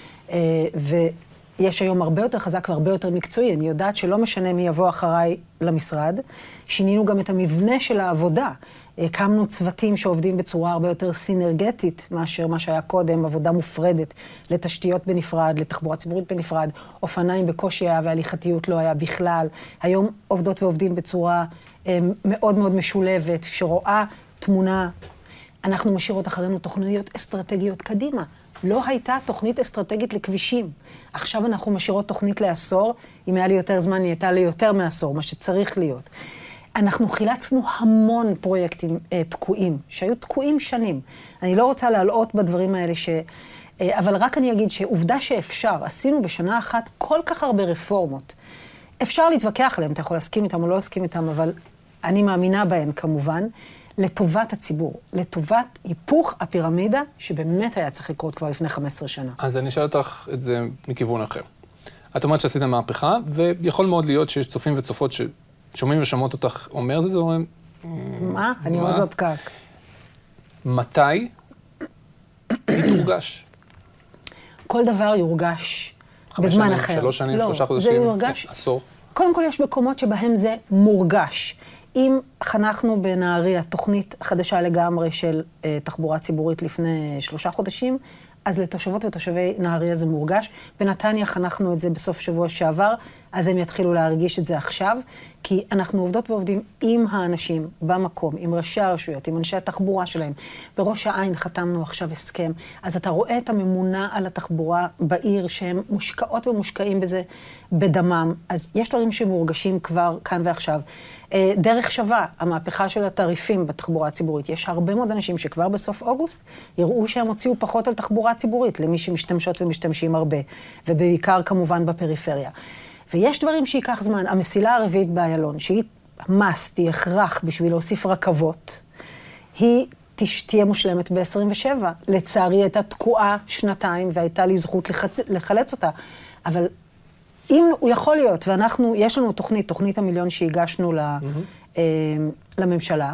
ויש היום הרבה יותר חזק והרבה יותר מקצועי, אני יודעת שלא משנה מי יבוא אחריי למשרד, שינינו גם את המבנה של העבודה. הקמנו צוותים שעובדים בצורה הרבה יותר סינרגטית מאשר מה שהיה קודם, עבודה מופרדת לתשתיות בנפרד, לתחבורה ציבורית בנפרד, אופניים בקושי היה והליכתיות לא היה בכלל. היום עובדות ועובדים בצורה מאוד מאוד משולבת, שרואה תמונה, אנחנו משאירות אחרינו תוכניות אסטרטגיות קדימה. לא הייתה תוכנית אסטרטגית לכבישים. עכשיו אנחנו משאירות תוכנית לעשור, אם היה לי יותר זמן, היא הייתה לי יותר מעשור, מה שצריך להיות. אנחנו חילצנו המון פרויקטים אה, תקועים, שהיו תקועים שנים. אני לא רוצה להלאות בדברים האלה, ש... אה, אבל רק אני אגיד שעובדה שאפשר, עשינו בשנה אחת כל כך הרבה רפורמות. אפשר להתווכח עליהם, אתה יכול להסכים איתם או לא להסכים איתם, אבל אני מאמינה בהן כמובן, לטובת הציבור, לטובת היפוך הפירמידה, שבאמת היה צריך לקרות כבר לפני חמש עשרה שנה. אז אני אשאל אותך את זה מכיוון אחר. את אומרת שעשית מהפכה, ויכול מאוד להיות שיש צופים וצופות ששומעים ושומעות אותך אומר את זה, אומרים... מה? אני עוד לא פקק. מתי היא תורגש? כל דבר יורגש בזמן אחר. שלוש שנים, שלושה חודשים, עשור. קודם כל יש מקומות שבהם זה מורגש. אם חנכנו בנהריה תוכנית חדשה לגמרי של uh, תחבורה ציבורית לפני שלושה חודשים, אז לתושבות ותושבי נהריה זה מורגש. בנתניה חנכנו את זה בסוף שבוע שעבר, אז הם יתחילו להרגיש את זה עכשיו, כי אנחנו עובדות ועובדים עם האנשים במקום, עם ראשי הרשויות, עם אנשי התחבורה שלהם. בראש העין חתמנו עכשיו הסכם, אז אתה רואה את הממונה על התחבורה בעיר, שהם מושקעות ומושקעים בזה בדמם, אז יש דברים שמורגשים כבר כאן ועכשיו. דרך שווה, המהפכה של התעריפים בתחבורה הציבורית. יש הרבה מאוד אנשים שכבר בסוף אוגוסט יראו שהם הוציאו פחות על תחבורה ציבורית, למי שמשתמשות ומשתמשים הרבה, ובעיקר כמובן בפריפריה. ויש דברים שיקח זמן. המסילה הרביעית באיילון, שהיא מס, תהיה הכרח בשביל להוסיף רכבות, היא תהיה מושלמת ב-עשרים ושבע. לצערי הייתה תקועה שנתיים, והייתה לי זכות לחצ... לחלץ אותה. אבל אם הוא יכול להיות, ואנחנו, יש לנו תוכנית, תוכנית המיליון שהגשנו mm-hmm. לממשלה,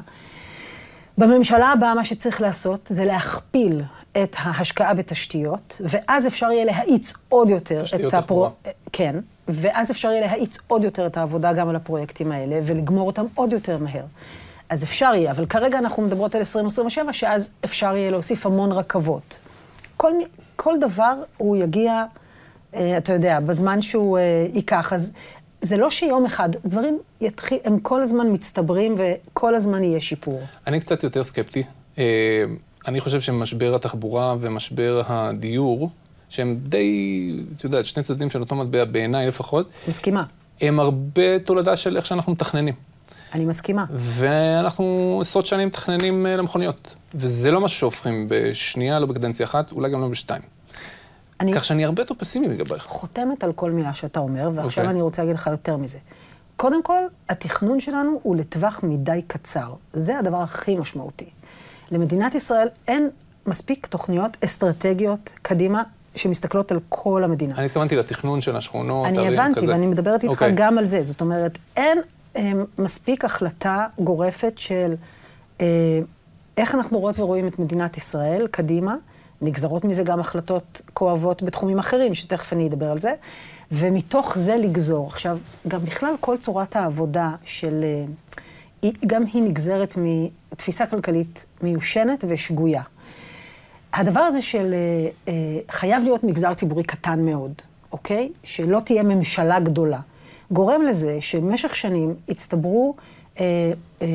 בממשלה הבאה מה שצריך לעשות זה להכפיל את ההשקעה בתשתיות, ואז אפשר יהיה להאיץ עוד יותר את הפרו... כן, ואז אפשר יהיה להאיץ עוד יותר את העבודה גם על הפרויקטים האלה, ולגמור אותם עוד יותר מהר. אז אפשר יהיה, אבל כרגע אנחנו מדברות על עשרים עשרים ושבע, שאז אפשר יהיה להוסיף המון רכבות. כל, כל דבר הוא יגיע, אתה יודע, בזמן שהוא ייקח, אז זה לא שיום אחד, דברים יתחיל, הם כל הזמן מצטברים, וכל הזמן יהיה שיפור. אני קצת יותר סקפטי. אני חושב שמשבר התחבורה ומשבר הדיור, שהם די, את יודעת, שני צדדים של אותו מטבע בעיניי לפחות. מסכימה. הם הרבה תולדה של איך שאנחנו מתכננים. אני מסכימה. ואנחנו עשרות שנים מתכננים למכוניות. וזה לא משהו שהופכים בשנייה, לא בקדנציה אחת, אולי גם לא בשתיים. אני... כך שאני הרבה יותר פסימי לגבייך. חותמת על כל מילה שאתה אומר, ועכשיו okay. אני רוצה להגיד לך יותר מזה. קודם כל, התכנון שלנו הוא לטווח מדי קצר. זה הדבר הכי משמעותי. למדינת ישראל אין מספיק תוכניות אסטרטגיות קדימה שמסתכלות על כל המדינה. אני התכוונתי לתכנון של השכונות. אני הבנתי, כזה. ואני מדברת איתך okay. גם על זה. זאת אומרת, אין הם, מספיק החלטה גורפת של אה, איך אנחנו רואות ורואים את מדינת ישראל קדימה. נגזרות מזה גם החלטות כואבות בתחומים אחרים, שתכף אני אדבר על זה. ומתוך זה לגזור. עכשיו, גם בכלל כל צורת העבודה של... גם היא נגזרת מתפיסה כלכלית מיושנת ושגויה. הדבר הזה של חייב להיות מגזר ציבורי קטן מאוד, אוקיי? שלא תהיה ממשלה גדולה. גורם לזה שבמשך שנים הצטברו אה, אה,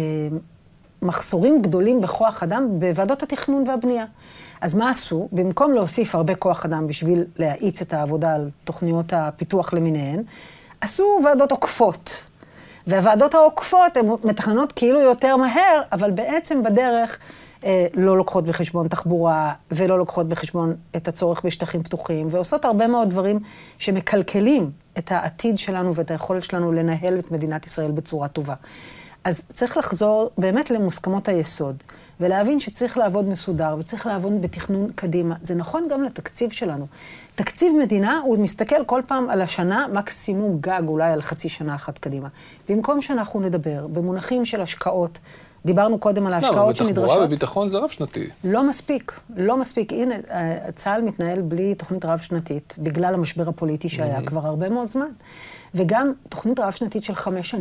מחסורים גדולים בכוח אדם בוועדות התכנון והבנייה. אז מה עשו? במקום להוסיף הרבה כוח אדם בשביל להאיץ את העבודה על תוכניות הפיתוח למיניהן, עשו ועדות עוקפות. והוועדות העוקפות הן מתכננות כאילו יותר מהר, אבל בעצם בדרך אה, לא לוקחות בחשבון תחבורה, ולא לוקחות בחשבון את הצורך בשטחים פתוחים, ועושות הרבה מאוד דברים שמקלקלים את העתיד שלנו ואת היכולת שלנו לנהל את מדינת ישראל בצורה טובה. אז צריך לחזור באמת למוסכמות היסוד, ולהבין שצריך לעבוד מסודר, וצריך לעבוד בתכנון קדימה. זה נכון גם לתקציב שלנו. תקציב מדינה, הוא מסתכל כל פעם על השנה, מקסימום גג, אולי על חצי שנה אחת קדימה. במקום שאנחנו נדבר במונחים של השקעות, דיברנו קודם על ההשקעות שנדרשות. לא, בתחבורה וביטחון זה רב שנתי. לא מספיק, לא מספיק. הנה, צה"ל מתנהל בלי תוכנית רב שנתית, בגלל המשבר הפוליטי שהיה כבר הרבה מאוד זמן. וגם תוכנית רב שנתית של חמש שנים,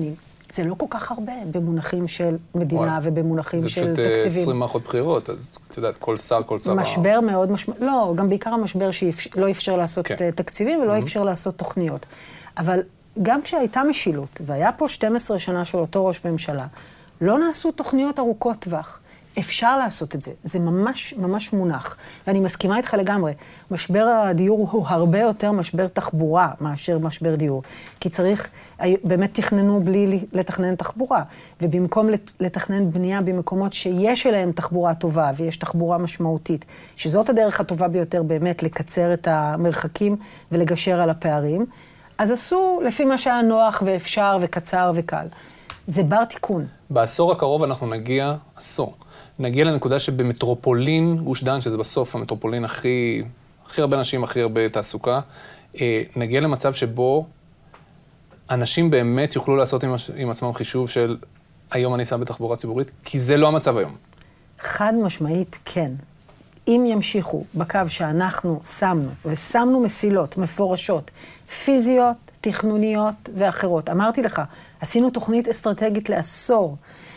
זה לא כל כך הרבה במונחים של מדינה ובמונחים של תקציבים. זה פשוט עשרים מערכות בחירות, אז את יודעת, כל שר, כל שר... משבר מאוד משמעותי, לא, גם בעיקר המשבר שלא אפשר לעשות תקציבים ולא אפשר לעשות תוכניות. אבל גם כשהייתה משילות, והיה פה שתים עשרה שנה של אותו ראש ממשלה, לא נעשו תוכניות ארוכות טווח. אפשר לעשות את זה. זה ממש, ממש מונח. ואני מסכימה איתך לגמרי. משבר הדיור הוא הרבה יותר משבר תחבורה מאשר משבר דיור. כי צריך, באמת תכננו בלי לתכנן תחבורה. ובמקום לתכנן בנייה במקומות שיש אליהם תחבורה טובה, ויש תחבורה משמעותית, שזאת הדרך הטובה ביותר באמת לקצר את המרחקים ולגשר על הפערים, אז עשו לפי מה שהיה נוח ואפשר וקצר וקל. זה בר תיקון. בעשור הקרוב אנחנו נגיע, עשור, נגיע לנקודה שבמטרופולין גוש דן, שזה בסוף המטרופולין הכי, הכי הרבה אנשים, הכי הרבה תעסוקה, נגיע למצב שבו אנשים באמת יוכלו לעשות עם, עם עצמם חישוב של היום אני אסע בתחבורה ציבורית, כי זה לא המצב היום. חד משמעית, כן. אם ימשיכו בקו שאנחנו שמנו, ושמנו מסילות מפורשות, פיזיות, תכנוניות ואחרות. אמרתי לך, עשינו תוכנית אסטרטגית לעשור,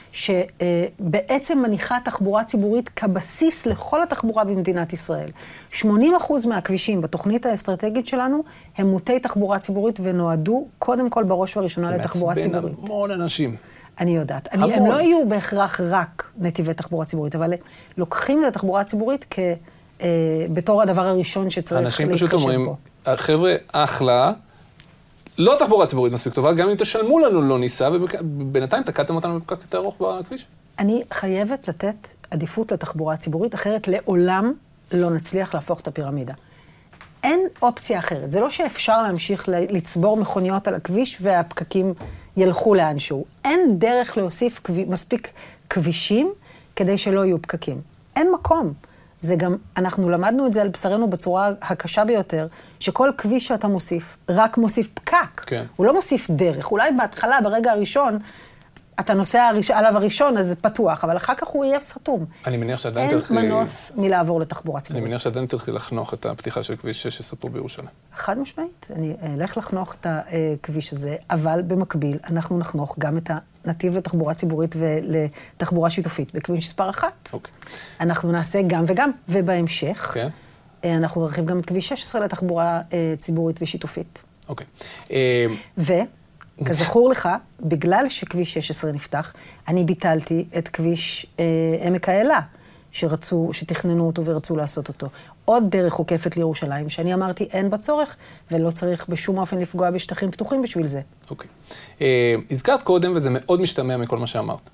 שבעצם מניחה תחבורה ציבורית כבסיס לכל התחבורה במדינת ישראל. שמונים אחוז מהכבישים בתוכנית האסטרטגית שלנו הם מוטי תחבורה ציבורית ונועדו קודם כל בראש ובראשונה לתחבורה ציבורית. זה מעצבן המון אנשים. אני יודעת. אני, הם לא יהיו בהכרח רק נתיבי תחבורה ציבורית, אבל לוקחים את התחבורה הציבורית כ, אה, בתור הדבר הראשון שצריך להתחשב בו. אנשים פשוט אומרים, חבר'ה, אחלה, לא תחבורה ציבורית מספיק טובה, גם אם תשלמו לנו לא ניסע, ובינתיים תקעתם אותנו בפקק יותר ארוך בכביש. אני חייבת לתת עדיפות לתחבורה הציבורית, אחרת לעולם לא נצליח להפוך את הפירמידה. אין אופציה אחרת. זה לא שאפשר להמשיך לצבור מכוניות על הכביש והפקקים ילכו לאנשהו. אין דרך להוסיף כב... מספיק כבישים כדי שלא יהיו פקקים. אין מקום. זה גם, אנחנו למדנו את זה על בשרנו בצורה הקשה ביותר, שכל כביש שאתה מוסיף, רק מוסיף פקק. כן. הוא לא מוסיף דרך. אולי בהתחלה, ברגע הראשון, אתה נוסע הראש... עליו הראשון, אז זה פתוח, אבל אחר כך הוא יהיה סתום. אני מניח שעדיין תלכי... אין מנוס מלעבור לתחבורה ציבורית. אני מניח שעדיין תלכי לחנוך את הפתיחה של כביש שש עשרה פה בירושלים. חד משמעית. אני אלך לחנוך את הכביש הזה, אבל במקביל אנחנו נחנוך גם את הנתיב לתחבורה ציבורית ולתחבורה שיתופית בכביש מספר אחת. אוקיי. אנחנו נעשה גם וגם, ובהמשך, כן. אנחנו נרחיב גם את כביש שש עשרה לתחבורה ציבורית ושיתופית. אוקיי. ו... כזכור לך, בגלל שכביש שש עשרה נפתח, אני ביטלתי את כביש אה, עמק האלה, שרצו, שתכננו אותו ורצו לעשות אותו. עוד דרך עוקפת לירושלים, שאני אמרתי אין בצורך, ולא צריך בשום אופן לפגוע בשטחים פתוחים בשביל זה. אוקיי. אה, הזכרת קודם, וזה מאוד משתמע מכל מה שאמרת,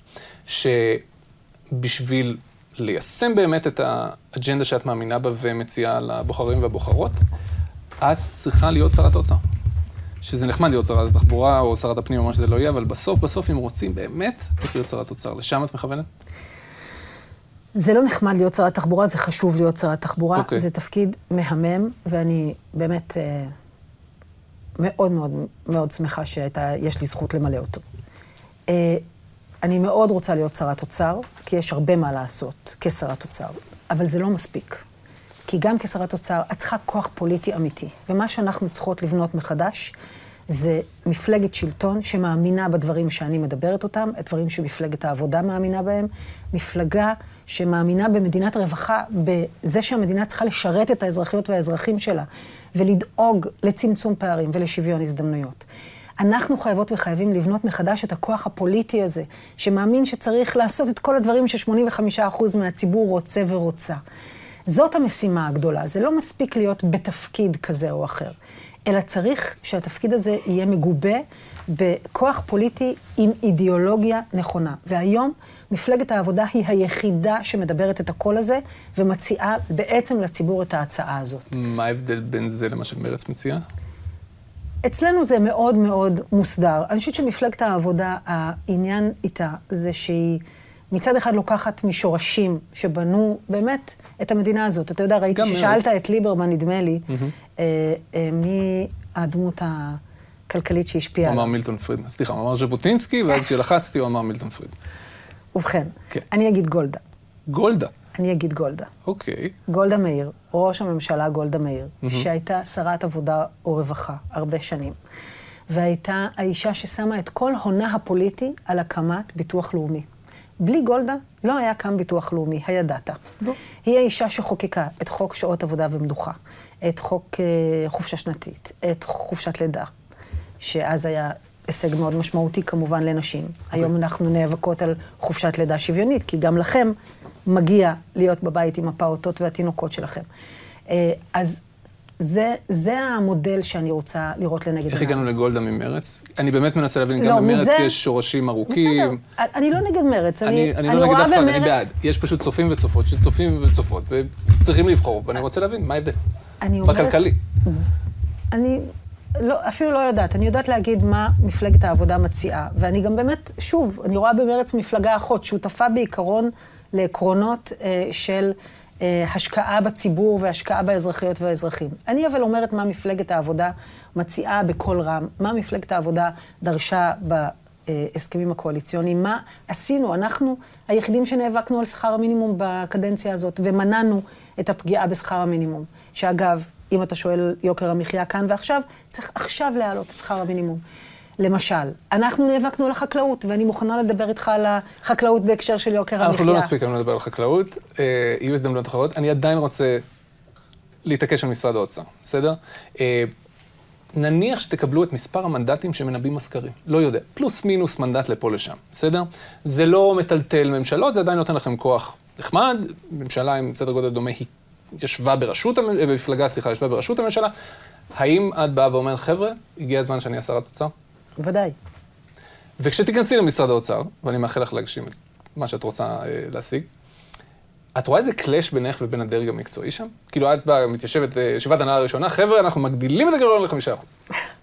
שבשביל ליישם באמת את האג'נדה שאת מאמינה בה ומציעה לבוחרים והבוחרות, את צריכה להיות שרת האוצר. שזה נחמד להיות שרת התחבורה או שרת הפנים או מה שזה לא יהיה, אבל בסוף, בסוף, אם רוצים באמת, צריך להיות שרת אוצר. לשם את מכוונת? זה לא נחמד להיות שרת תחבורה, זה חשוב להיות שרת תחבורה. Okay. זה תפקיד מהמם, ואני באמת אה, מאוד מאוד מאוד שמחה שיש לי זכות למלא אותו. אה, אני מאוד רוצה להיות שרת אוצר, כי יש הרבה מה לעשות כשרת אוצר, אבל זה לא מספיק. כי גם כשרת אוצר, את צריכה כוח פוליטי אמיתי. ומה שאנחנו צריכות לבנות מחדש, זה מפלגת שלטון שמאמינה בדברים שאני מדברת אותם, את דברים שמפלגת העבודה מאמינה בהם, מפלגה שמאמינה במדינת רווחה, בזה שהמדינה צריכה לשרת את האזרחיות והאזרחים שלה, ולדאוג לצמצום פערים ולשוויון הזדמנויות. אנחנו חייבות וחייבים לבנות מחדש את הכוח הפוליטי הזה, שמאמין שצריך לעשות את כל הדברים ש-שמונים וחמישה אחוז מהציבור רוצה ורוצה. זאת המשימה הגדולה. זה לא מספיק להיות בתפקיד כזה או אחר, אלא צריך שהתפקיד הזה יהיה מגובה בכוח פוליטי עם אידיאולוגיה נכונה. והיום מפלגת העבודה היא היחידה שמדברת את הקול הזה, ומציעה בעצם לציבור את ההצעה הזאת. מה ההבדל בין זה למה שמרץ מציעה? אצלנו זה מאוד מאוד מוסדר. אני חושבת שמפלגת העבודה, העניין איתה זה שהיא מצד אחד לוקחת משורשים שבנו באמת את המדינה הזאת. אתה יודע, ראיתי ששאלת את ליברמן, נדמה לי, מי הדמות הכלכלית שהשפיעה עליו. הוא אמר מילטון פרידמן. סליחה, הוא אמר ז'בוטינסקי, ואז כשלחצתי הוא אמר מילטון פרידמן. ובכן, אני אגיד גולדה. גולדה? אני אגיד גולדה. אוקיי. גולדה מאיר, ראש הממשלה גולדה מאיר, שהייתה שרת עבודה או רווחה הרבה שנים. והייתה האישה ששמה את כל הונה הפוליטי על הקמת ביטוח לאומי. בלי גולדה לא היה קם ביטוח לאומי, הידעת. לא. היא האישה שחוקקה את חוק שעות עבודה ומנוחה, את חוק uh, חופשה שנתית, את חופשת לידה, שאז היה הישג מאוד משמעותי כמובן לנשים. Okay. היום אנחנו נאבקות על חופשת לידה שוויונית, כי גם לכם מגיע להיות בבית עם הפעוטות והתינוקות שלכם. Uh, אז זה, זה המודל שאני רוצה לראות לנגד עיניי. איך הגענו לגולדה ממרץ? אני באמת מנסה להבין, גם במרץ יש שורשים ארוכים. בסדר, אני לא נגד מרץ, אני, אני אני לא נגד רואה אף אחד, במרץ... אני בעד. יש פשוט צופים וצופות, שצופים וצופות, וצריכים לבחור, ואני רוצה להבין, מה ההבדל? אני אומרת... בכלכלי. אני לא, אפילו לא יודעת, אני יודעת להגיד מה מפלגת העבודה מציעה, ואני גם באמת, שוב, אני רואה במרץ מפלגה אחות, שותפה בעיקרון לעקרונות אה, של... השקעה בציבור והשקעה באזרחיות והאזרחים. אני אבל אומרת מה מפלגת העבודה מציעה בכל רם, מה מפלגת העבודה דרשה בהסכמים הקואליציוניים, מה עשינו. אנחנו היחידים שנאבקנו על שכר המינימום בקדנציה הזאת, ומנענו את הפגיעה בשכר המינימום. שאגב, אם אתה שואל יוקר המחיה כאן ועכשיו, צריך עכשיו להעלות את שכר המינימום. למשל, אנחנו נאבקנו על החקלאות, ואני מוכנה לדבר איתך על החקלאות בהקשר של יוקר המחיה. אנחנו לא נספיק לנו לדבר על חקלאות, יהיו הזדמנויות אחרות. אני עדיין רוצה להתעקש על משרד האוצר, בסדר? נניח שתקבלו את מספר המנדטים שמנבאים הסקרים, לא יודע, פלוס מינוס מנדט לפה לשם, בסדר? זה לא מטלטל ממשלות, זה עדיין נותן לכם כוח נחמד, ממשלה עם סדר גודל דומה היא ישבה בראשות, מפלגה, סליחה, ישבה בראשות הממשלה. האם את באה ואומרת, חבר'ה, הגיע הזמן שאני אהיה שרת אוצר? ודאי. וכשתיכנסי למשרד האוצר, ואני מאחל לך להגשים את מה שאת רוצה אה, להשיג, את רואה איזה קלאש בינך ובין הדרג המקצועי שם? כאילו, את באה, מתיישבת, ישיבת הנהלה הראשונה, חבר'ה, אנחנו מגדילים את הגירעון לחמישה אחוז.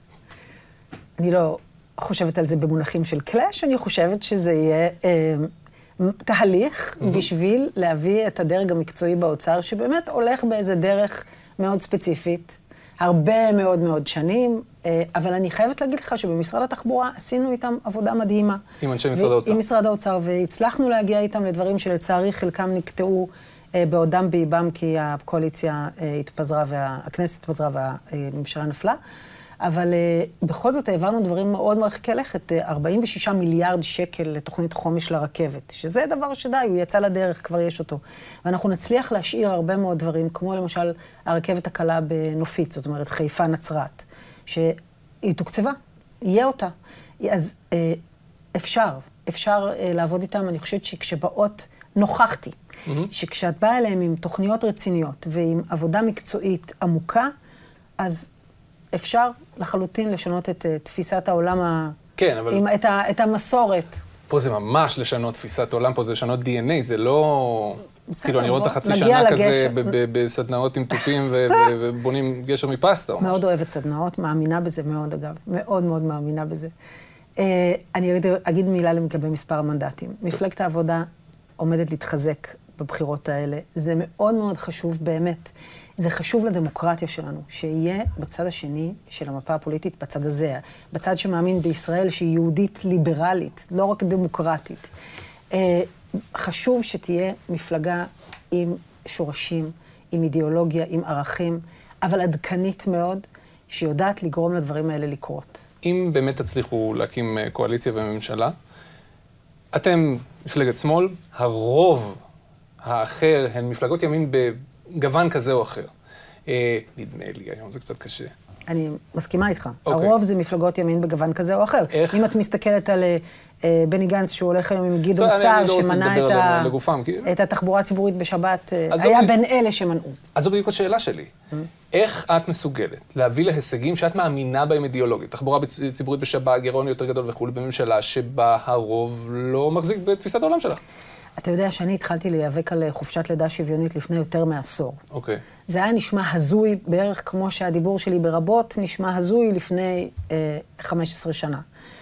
אני לא חושבת על זה במונחים של קלאש, אני חושבת שזה יהיה אה, תהליך mm-hmm. בשביל להביא את הדרג המקצועי באוצר, שבאמת הולך באיזה דרך מאוד ספציפית, הרבה מאוד מאוד שנים, אבל אני חייבת להגיד לך שבמשרד התחבורה עשינו איתם עבודה מדהימה. עם אנשי משרד האוצר. עם משרד האוצר, והצלחנו להגיע איתם לדברים שלצערי חלקם נקטעו בעודם באיבם, כי הקואליציה התפזרה והכנסת התפזרה והממשלה נפלה. אבל בכל זאת העברנו דברים מאוד מרחיקי לכת, ארבעים ושישה מיליארד שקל לתוכנית חומש לרכבת, שזה דבר שדי, הוא יצא לדרך, כבר יש אותו. ואנחנו נצליח להשאיר הרבה מאוד דברים, כמו למשל הרכבת הקלה בנופית, זאת אומרת חיפה נצרת, שהיא תוקצבה, יהיה אותה. אז אפשר, אפשר לעבוד איתם, אני חושבת שכשבאות נוכחתי, mm-hmm. שכשאת באה אליהם עם תוכניות רציניות ועם עבודה מקצועית עמוקה, אז אפשר לחלוטין לשנות את uh, תפיסת העולם, ה... כן, אבל... עם, את, ה, את המסורת. פה זה ממש לשנות תפיסת עולם, פה זה לשנות די אן איי, זה לא... בסדר, כאילו, אני רואה אותה חצי שנה לגשר. כזה ב- ב- בסדנאות עם טופים ו- ו- ובונים גשר מפסטה או משהו. מאוד אוהבת סדנאות, מאמינה בזה מאוד, אגב. מאוד מאוד מאמינה בזה. Uh, אני אגיד, אגיד מילה לגבי מספר המנדטים. מפלגת העבודה עומדת להתחזק בבחירות האלה. זה מאוד מאוד חשוב, באמת. זה חשוב לדמוקרטיה שלנו, שיהיה בצד השני של המפה הפוליטית, בצד הזה, בצד שמאמין בישראל שהיא יהודית ליברלית, לא רק דמוקרטית. חשוב שתהיה מפלגה עם שורשים, עם אידיאולוגיה, עם ערכים, אבל עדכנית מאוד, שיודעת לגרום לדברים האלה לקרות. אם באמת תצליחו להקים קואליציה וממשלה, אתם מפלגת שמאל, הרוב האחר הן מפלגות ימין בגוון כזה או אחר. אה, נדמה לי, היום זה קצת קשה. אני מסכימה איתך. Okay. הרוב זה מפלגות ימין בגוון כזה או אחר. איך? אם את מסתכלת על אה, בני גנץ, שהוא הולך היום עם גדעון סער, לא שמנע את, ה... לגופם, כי... את התחבורה הציבורית בשבת, היה בין אלה שמנעו. אז זו בדיוק השאלה שלי. Mm-hmm. איך את מסוגלת להביא להישגים שאת מאמינה בהם אידיאולוגית? תחבורה ציבורית בשבת, גירעון יותר גדול וכו', בממשלה שבה הרוב לא מחזיק בתפיסת העולם שלך. אתה יודע שאני התחלתי להיאבק על חופשת לידה שוויונית לפני יותר מעשור. אוקיי. Okay. זה היה נשמע הזוי, בערך כמו שהדיבור שלי ברבות נשמע הזוי לפני אה, חמש עשרה שנה.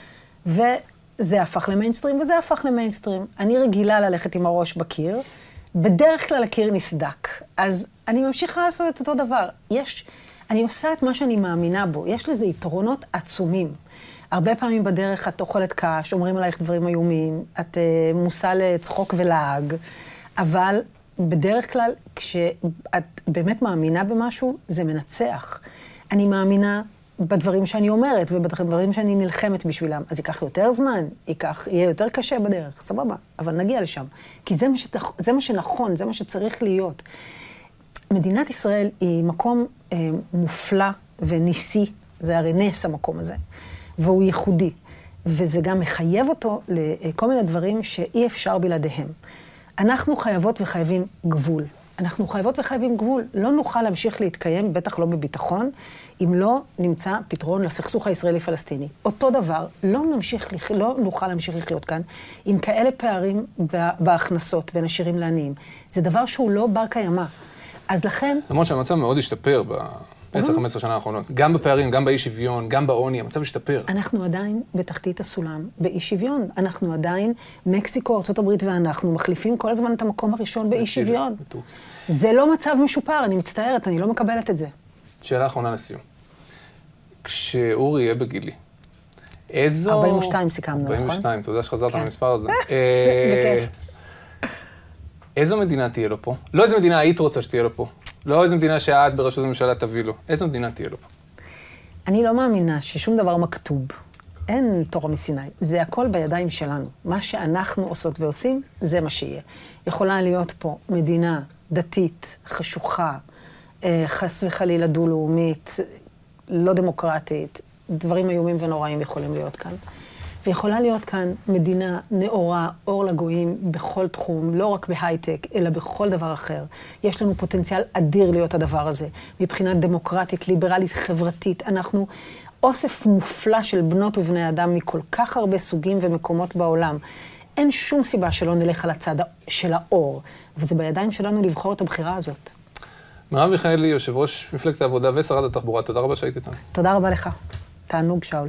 וזה הפך למיינסטרים, וזה הפך למיינסטרים. אני רגילה ללכת עם הראש בקיר, בדרך כלל הקיר נסדק. אז אני ממשיכה לעשות את אותו דבר. יש, אני עושה את מה שאני מאמינה בו. יש לזה יתרונות עצומים. הרבה פעמים בדרך את אוכלת קש, אומרים עלייך דברים איומים, את uh, מוסה לצחוק ולעג, אבל בדרך כלל, כשאת באמת מאמינה במשהו, זה מנצח. אני מאמינה בדברים שאני אומרת ובדברים שאני נלחמת בשבילם. אז ייקח יותר זמן, ייקח, יהיה יותר קשה בדרך, סבבה, אבל נגיע לשם. כי זה מה, שתח, זה מה שנכון, זה מה שצריך להיות. מדינת ישראל היא מקום אה, מופלא וניסי, זה הרי נס המקום הזה, והוא ייחודי. וזה גם מחייב אותו לכל מיני דברים שאי אפשר בלעדיהם. אנחנו חייבות וחייבים גבול. אנחנו חייבות וחייבים גבול. לא נוכל להמשיך להתקיים, בטח לא בביטחון, אם לא נמצא פתרון לסכסוך הישראלי-פלסטיני. אותו דבר, לא, נמשיך, לא נוכל להמשיך לחיות כאן עם כאלה פערים בהכנסות בין עשירים לעניים. זה דבר שהוא לא בר קיימא. אז לכן... למרות שהמצב מאוד השתפר ב-עשר חמש עשרה שנה האחרונות. גם בפערים, גם באי שוויון, גם בעוני, המצב השתפר. אנחנו עדיין בתחתית הסולם, באי שוויון. אנחנו עדיין, מקסיקו, ארצות הברית ואנחנו מחליפים כל הזמן את המקום הראשון באי שוויון. זה לא מצב משופר, אני מצטערת, אני לא מקבלת את זה. שאלה אחרונה לסיום. כשאורי יהיה בגילי, איזו... ארבעים ושתיים סיכמנו, נכון? ארבעים ושתיים, תודה שחזרת למספר הזה. בכיף. איזו מדינה תהיה לו פה? לא איזו מדינה היית רוצה שתהיה לו פה. לא איזו מדינה שאת בראשות הממשלה תביא לו. איזו מדינה תהיה לו פה? אני לא מאמינה ששום דבר מכתוב. אין תורה מסיני. זה הכל בידיים שלנו. מה שאנחנו עושות ועושים, זה מה שיהיה. יכולה להיות פה מדינה דתית, חשוכה, חס וחלילה דו-לאומית, לא דמוקרטית, דברים איומים ונוראים יכולים להיות כאן. ויכולה להיות כאן מדינה נאורה, אור לגויים בכל תחום, לא רק בהייטק, אלא בכל דבר אחר. יש לנו פוטנציאל אדיר להיות הדבר הזה. מבחינה דמוקרטית, ליברלית, חברתית, אנחנו אוסף מופלא של בנות ובני אדם מכל כך הרבה סוגים ומקומות בעולם. אין שום סיבה שלא נלך על הצד של האור, וזה בידיים שלנו לבחור את הבחירה הזאת. מרב מיכאלי, יושב ראש מפלגת העבודה ושרת התחבורה, תודה רבה שהיית איתנו. תודה רבה לך. תענוג, שאול.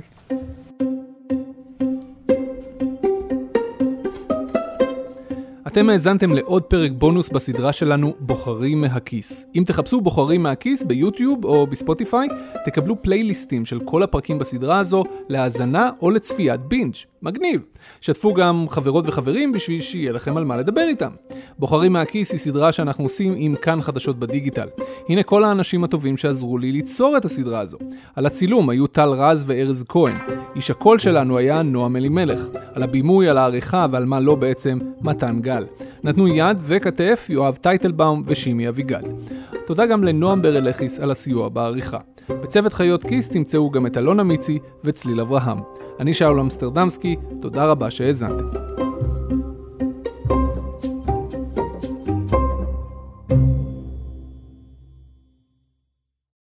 אתם האזנתם לעוד פרק בונוס בסדרה שלנו בוחרים מהכיס. אם תחפשו בוחרים מהכיס ביוטיוב או בספוטיפיי, תקבלו פלייליסטים של כל הפרקים בסדרה הזו להאזנה או לצפיית בינג'. מגניב. שתפו גם חברות וחברים בשביל שיהיה לכם על מה לדבר איתם. בוחרים מהכיס היא סדרה שאנחנו עושים עם כאן חדשות בדיגיטל. הנה כל האנשים הטובים שעזרו לי ליצור את הסדרה הזו. על הצילום היו טל רז וארז כהן. איש הקול שלנו היה נועם אלימלך. על הבימוי, על העריכה ועל מה לא בעצם מתן גל. נתנו יד וכתף יואב טייטלבאום ושימי אביגד. תודה גם לנועם ברלכיס על הסיוע בעריכה. בצוות חיות כיס תמצאו גם את אלונה מיצי וצליל אברהם. אני שאול אמסטרדמסקי, תודה רבה שהאזנתם.